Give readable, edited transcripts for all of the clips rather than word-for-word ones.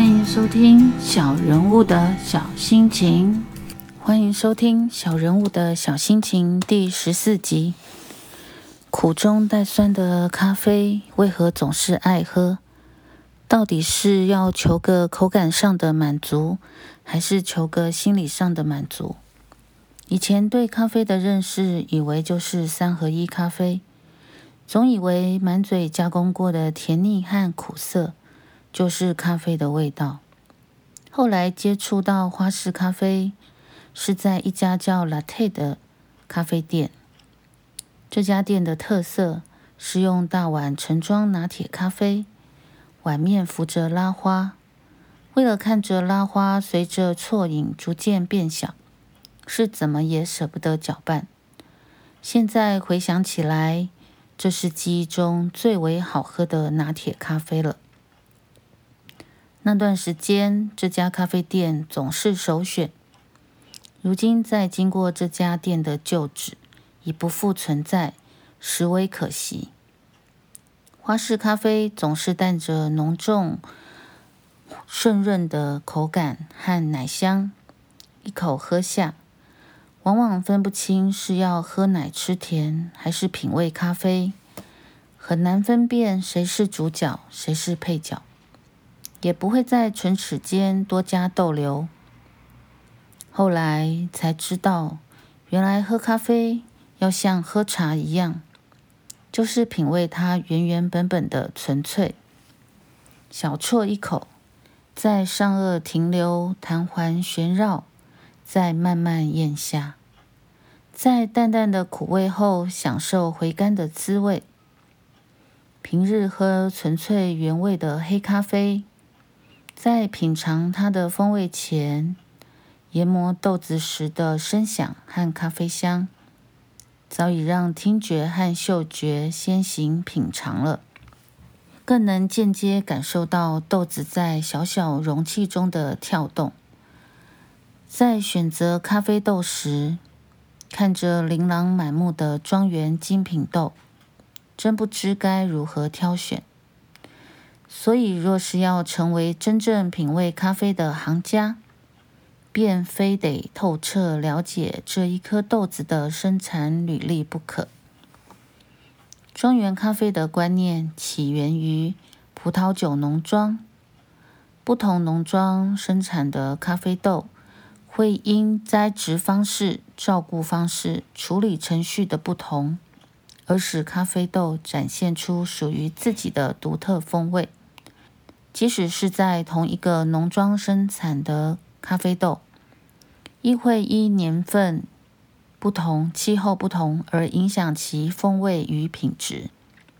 迎收听小人物的小心情。欢迎收听小人物的小心情第14集。苦中带酸的咖啡为何总是爱喝？到底是要求个口感上的满足，还是求个心理上的满足？以前对咖啡的认识，以为就是3合1咖啡，总以为满嘴加工过的甜腻和苦涩就是咖啡的味道。后来接触到花式咖啡，是在一家叫 Latte 的咖啡店。这家店的特色是用大碗盛装拿铁咖啡，碗面浮着拉花。为了看着拉花随着啜饮逐渐变小，是怎么也舍不得搅拌。现在回想起来，这是记忆中最为好喝的拿铁咖啡了。那段时间，这家咖啡店总是首选。如今再经过这家店的旧址，已不复存在，实为可惜。花式咖啡总是带着浓重、顺润的口感和奶香，一口喝下，往往分不清是要喝奶吃甜，还是品味咖啡，很难分辨谁是主角，谁是配角。也不会在唇齿间多加逗留。后来才知道，原来喝咖啡要像喝茶一样，就是品味它原原本本的纯粹。小啜一口，在上颚停留，弹环旋绕，再慢慢咽下，在淡淡的苦味后，享受回甘的滋味。平日喝纯粹原味的黑咖啡，在品尝它的风味前，研磨豆子时的声响和咖啡香，早已让听觉和嗅觉先行品尝了，更能间接感受到豆子在小小容器中的跳动。在选择咖啡豆时，看着琳琅满目的庄园精品豆，真不知该如何挑选。所以若是要成为真正品味咖啡的行家，便非得透彻了解这一颗豆子的生产履历不可。庄园咖啡的观念起源于葡萄酒农庄，不同农庄生产的咖啡豆会因栽植方式、照顾方式、处理程序的不同，而使咖啡豆展现出属于自己的独特风味。即使是在同一个农庄生产的咖啡豆，亦会因年份不同、气候不同而影响其风味与品质。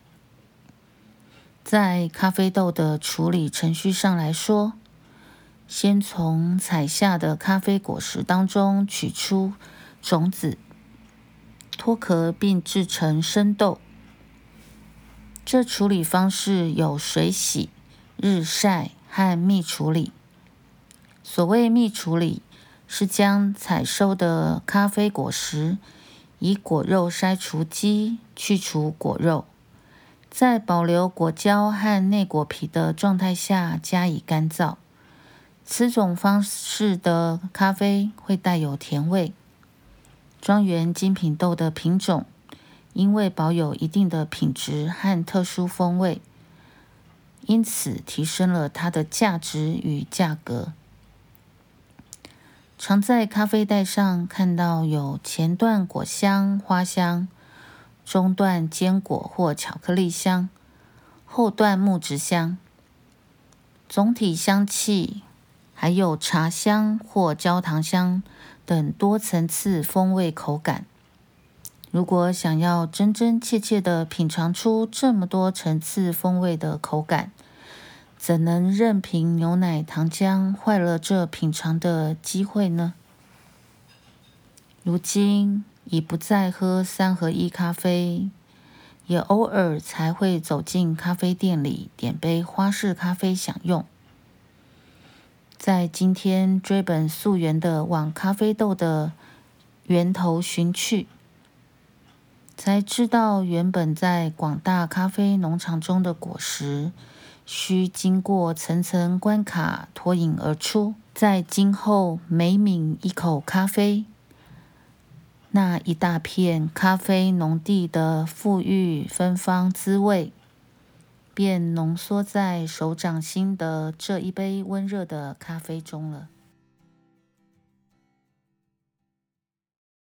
在咖啡豆的处理程序上来说，先从采下的咖啡果实当中取出种子，脱壳并制成生豆。这处理方式有水洗、日晒和蜜处理。所谓蜜处理，是将采收的咖啡果实以果肉筛除机去除果肉，在保留果胶和内果皮的状态下加以干燥。此种方式的咖啡会带有甜味。庄园精品豆的品种因为保有一定的品质和特殊风味，因此提升了它的价值与价格。常在咖啡袋上看到有前段果香、花香，中段坚果或巧克力香，后段木质香。总体香气还有茶香或焦糖香等多层次风味口感。如果想要真真切切地品尝出这么多层次风味的口感，怎能任凭牛奶糖浆坏了这品尝的机会呢？如今已不再喝3合1咖啡，也偶尔才会走进咖啡店里点杯花式咖啡享用。在今天追本溯源的往咖啡豆的源头寻去，才知道原本在广大咖啡农场中的果实需经过层层关卡脱颖而出。在今后每抿一口咖啡，那一大片咖啡农地的馥郁芬芳滋味，便浓缩在手掌心的这一杯温热的咖啡中了。